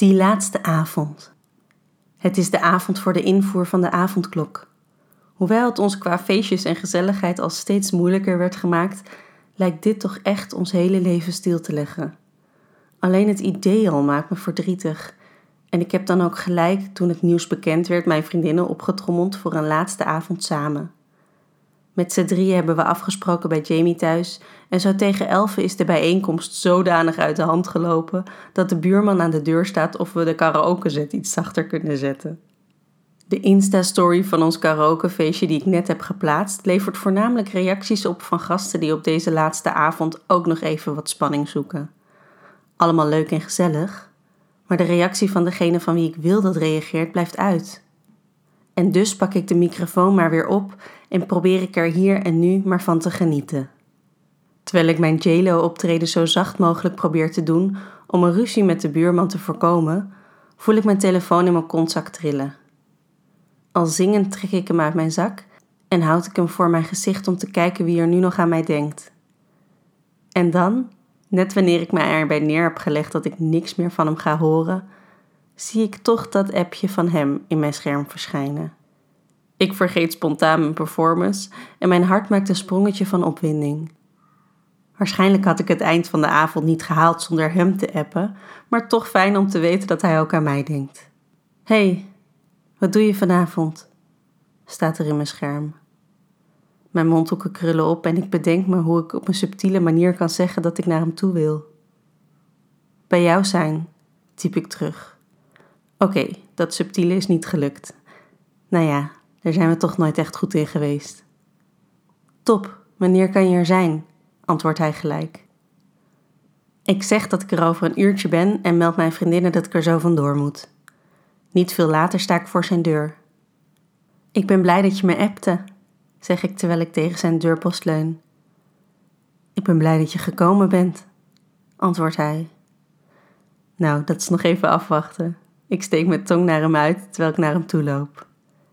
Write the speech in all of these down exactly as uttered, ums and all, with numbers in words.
Die laatste avond. Het is de avond voor de invoer van de avondklok. Hoewel het ons qua feestjes en gezelligheid al steeds moeilijker werd gemaakt, lijkt dit toch echt ons hele leven stil te leggen. Alleen het idee al maakt me verdrietig. En ik heb dan ook gelijk, toen het nieuws bekend werd, mijn vriendinnen opgetrommeld voor een laatste avond samen. Met z'n drieën hebben we afgesproken bij Jamie thuis en zo tegen elfen is de bijeenkomst zodanig uit de hand gelopen dat de buurman aan de deur staat of we de karaokezet iets zachter kunnen zetten. De Insta-story van ons karaokefeestje die ik net heb geplaatst levert voornamelijk reacties op van gasten die op deze laatste avond ook nog even wat spanning zoeken. Allemaal leuk en gezellig, maar de reactie van degene van wie ik wil dat reageert blijft uit. En dus pak ik de microfoon maar weer op en probeer ik er hier en nu maar van te genieten. Terwijl ik mijn J Lo optreden zo zacht mogelijk probeer te doen om een ruzie met de buurman te voorkomen, voel ik mijn telefoon in mijn kontzak trillen. Al zingend trek ik hem uit mijn zak en houd ik hem voor mijn gezicht om te kijken wie er nu nog aan mij denkt. En dan, net wanneer ik mij erbij neer heb gelegd dat ik niks meer van hem ga horen, zie ik toch dat appje van hem in mijn scherm verschijnen. Ik vergeet spontaan mijn performance en mijn hart maakt een sprongetje van opwinding. Waarschijnlijk had ik het eind van de avond niet gehaald zonder hem te appen, maar toch fijn om te weten dat hij ook aan mij denkt. Hey, wat doe je vanavond? Staat er in mijn scherm. Mijn mondhoeken krullen op en ik bedenk me hoe ik op een subtiele manier kan zeggen dat ik naar hem toe wil. Bij jou zijn, typ ik terug. Oké, okay, dat subtiele is niet gelukt. Nou ja, daar zijn we toch nooit echt goed in geweest. Top, wanneer kan je er zijn? Antwoordt hij gelijk. Ik zeg dat ik er over een uurtje ben en meld mijn vriendinnen dat ik er zo vandoor moet. Niet veel later sta ik voor zijn deur. Ik ben blij dat je me appte, zeg ik terwijl ik tegen zijn deurpost leun. Ik ben blij dat je gekomen bent, antwoordt hij. Nou, dat is nog even afwachten. Ik steek mijn tong naar hem uit terwijl ik naar hem toe loop.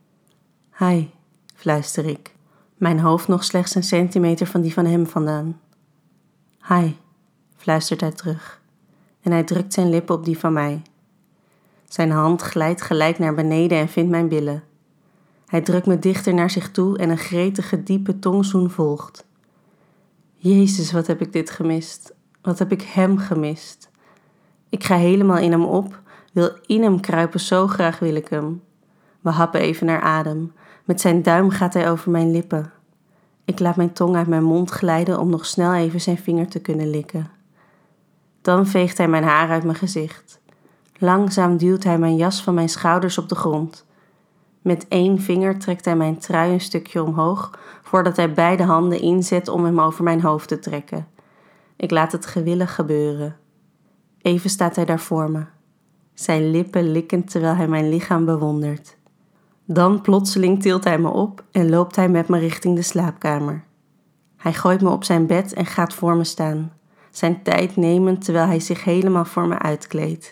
Hi, fluister ik, mijn hoofd nog slechts een centimeter van die van hem vandaan. Hi, fluistert hij terug en hij drukt zijn lippen op die van mij. Zijn hand glijdt gelijk naar beneden en vindt mijn billen. Hij drukt me dichter naar zich toe en een gretige, diepe tongzoen volgt. Jezus, wat heb ik dit gemist. Wat heb ik hem gemist. Ik ga helemaal in hem op, wil in hem kruipen, zo graag wil ik hem. We happen even naar adem. Met zijn duim gaat hij over mijn lippen. Ik laat mijn tong uit mijn mond glijden om nog snel even zijn vinger te kunnen likken. Dan veegt hij mijn haar uit mijn gezicht. Langzaam duwt hij mijn jas van mijn schouders op de grond. Met één vinger trekt hij mijn trui een stukje omhoog, voordat hij beide handen inzet om hem over mijn hoofd te trekken. Ik laat het gewillig gebeuren. Even staat hij daar voor me, zijn lippen likkend terwijl hij mijn lichaam bewondert. Dan plotseling tilt hij me op en loopt hij met me richting de slaapkamer. Hij gooit me op zijn bed en gaat voor me staan, zijn tijd nemend terwijl hij zich helemaal voor me uitkleedt.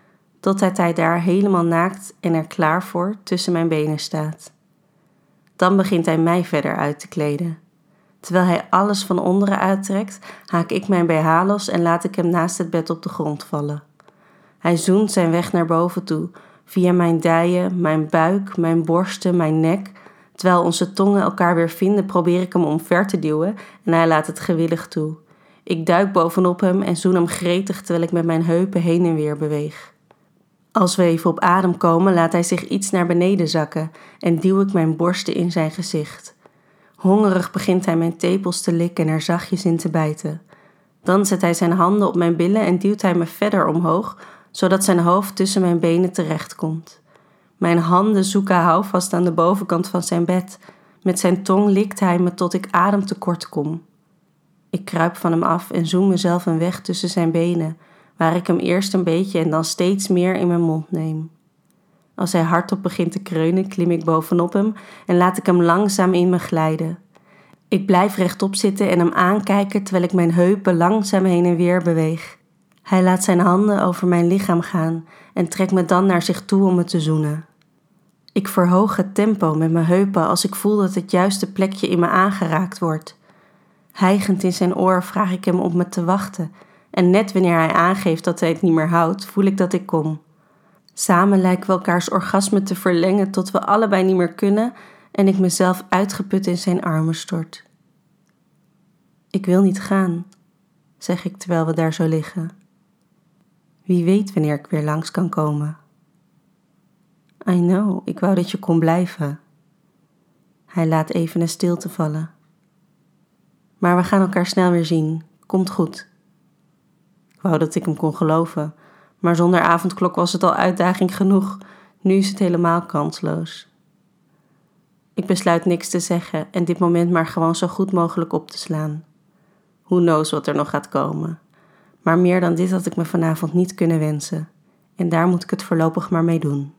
Totdat hij daar helemaal naakt en er klaar voor tussen mijn benen staat. Dan begint hij mij verder uit te kleden. Terwijl hij alles van onderen uittrekt, haak ik mijn B H los en laat ik hem naast het bed op de grond vallen. Hij zoent zijn weg naar boven toe, via mijn dijen, mijn buik, mijn borsten, mijn nek. Terwijl onze tongen elkaar weer vinden, probeer ik hem omver te duwen en hij laat het gewillig toe. Ik duik bovenop hem en zoen hem gretig terwijl ik met mijn heupen heen en weer beweeg. Als we even op adem komen, laat hij zich iets naar beneden zakken en duw ik mijn borsten in zijn gezicht. Hongerig begint hij mijn tepels te likken en er zachtjes in te bijten. Dan zet hij zijn handen op mijn billen en duwt hij me verder omhoog, zodat zijn hoofd tussen mijn benen terechtkomt. Mijn handen zoeken houvast aan de bovenkant van zijn bed. Met zijn tong likt hij me tot ik ademtekort kom. Ik kruip van hem af en zoem mezelf een weg tussen zijn benen, waar ik hem eerst een beetje en dan steeds meer in mijn mond neem. Als hij hardop begint te kreunen, klim ik bovenop hem en laat ik hem langzaam in me glijden. Ik blijf rechtop zitten en hem aankijken terwijl ik mijn heupen langzaam heen en weer beweeg. Hij laat zijn handen over mijn lichaam gaan en trekt me dan naar zich toe om me te zoenen. Ik verhoog het tempo met mijn heupen als ik voel dat het juiste plekje in me aangeraakt wordt. Hijgend in zijn oor vraag ik hem op me te wachten en net wanneer hij aangeeft dat hij het niet meer houdt, voel ik dat ik kom. Samen lijken we elkaars orgasme te verlengen tot we allebei niet meer kunnen en ik mezelf uitgeput in zijn armen stort. Ik wil niet gaan, zeg ik terwijl we daar zo liggen. Wie weet wanneer ik weer langs kan komen. I know, ik wou dat je kon blijven. Hij laat even een stilte vallen. Maar we gaan elkaar snel weer zien. Komt goed. Ik wou dat ik hem kon geloven, maar zonder avondklok was het al uitdaging genoeg. Nu is het helemaal kansloos. Ik besluit niks te zeggen en dit moment maar gewoon zo goed mogelijk op te slaan. Who knows wat er nog gaat komen. Maar meer dan dit had ik me vanavond niet kunnen wensen. En daar moet ik het voorlopig maar mee doen.